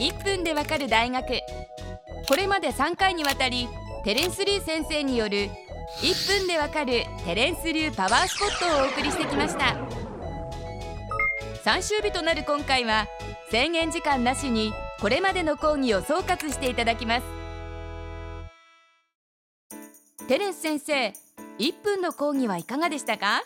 1分でわかる大学。これまで3回にわたりテレンス・リー先生による1分でわかるテレンス流パワースポットをお送りしてきました。最終日となる今回は制限時間なしにこれまでの講義を総括していただきます。テレンス先生、1分の講義はいかがでしたか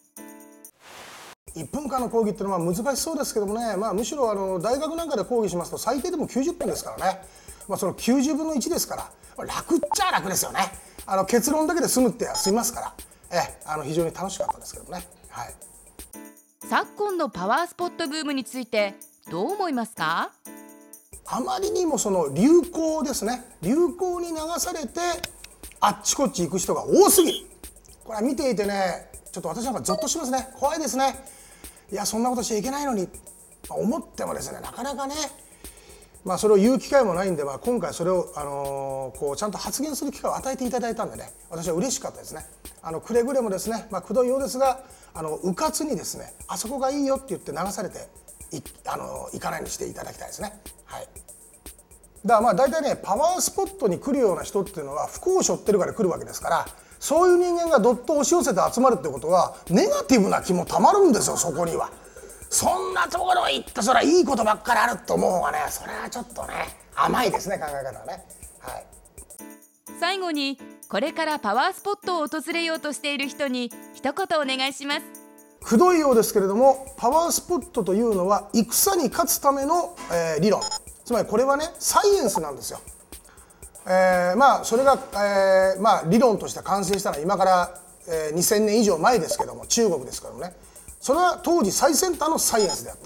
？1分間の講義っていうのは難しそうですけどもね、むしろ大学なんかで講義しますと最低でも90分ですからね、その90分の1ですから楽っちゃ楽ですよね。結論だけで済みますから非常に楽しかったですけどもね、はい、 昨今のパワースポットブームについてどう思いますか？ あまりにもその流行ですね、流行に流されてあっちこっち行く人が多すぎる。これは見ていてね、ちょっと私なんかゾッとしますね。怖いですね。いや、そんなことしちゃいけないのに思ってもですね、なかなかね、それを言う機会もないんで、今回それを、ちゃんと発言する機会を与えていただいたんでね、私は嬉しかったですね。くれぐれもですね、くどいようですがうかつにですね、あそこがいいよって言って流されていかないようにしていただきたいですね。はい、だから大体ね、パワースポットに来るような人っていうのは不幸を背負ってるから来るわけですから、そういう人間がどっと押し寄せて集まるってことはネガティブな気もたまるんですよ。そこにはそんなところ行ったそれはいいことばっかりあると思う方がね、それはちょっとね甘いですね、考え方はね。はい、 最後にこれからパワースポットを訪れようとしている人に一言お願いします。 くどいようですけれども、パワースポットというのは戦に勝つための、理論、つまりこれはねサイエンスなんですよ。それが、理論として完成したのは今から、2000年以上前ですけども、中国ですけどもね、それは当時最先端のサイエンスであった。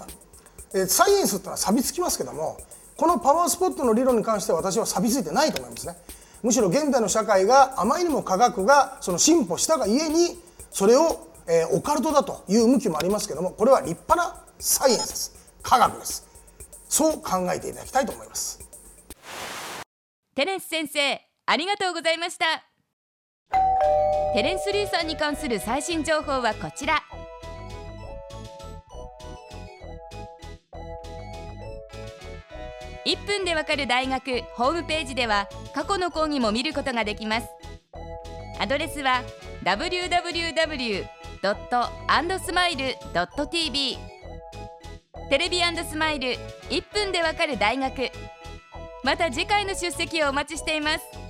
サイエンスってのは錆びつきますけども、このパワースポットの理論に関しては私は錆びついてないと思いますね。むしろ現代の社会があまりにも科学が進歩したがゆえにそれを、オカルトだという向きもありますけども、これは立派なサイエンスです。科学です。そう考えていただきたいと思います。 テレンス先生、ありがとうございました。テレンス・リーさんに関する最新情報はこちら。1分でわかる大学ホームページでは過去の講義も見ることができます。アドレスは www.andsmile.tv。 テレビ&スマイル1分でわかる大学。また次回の出席をお待ちしています。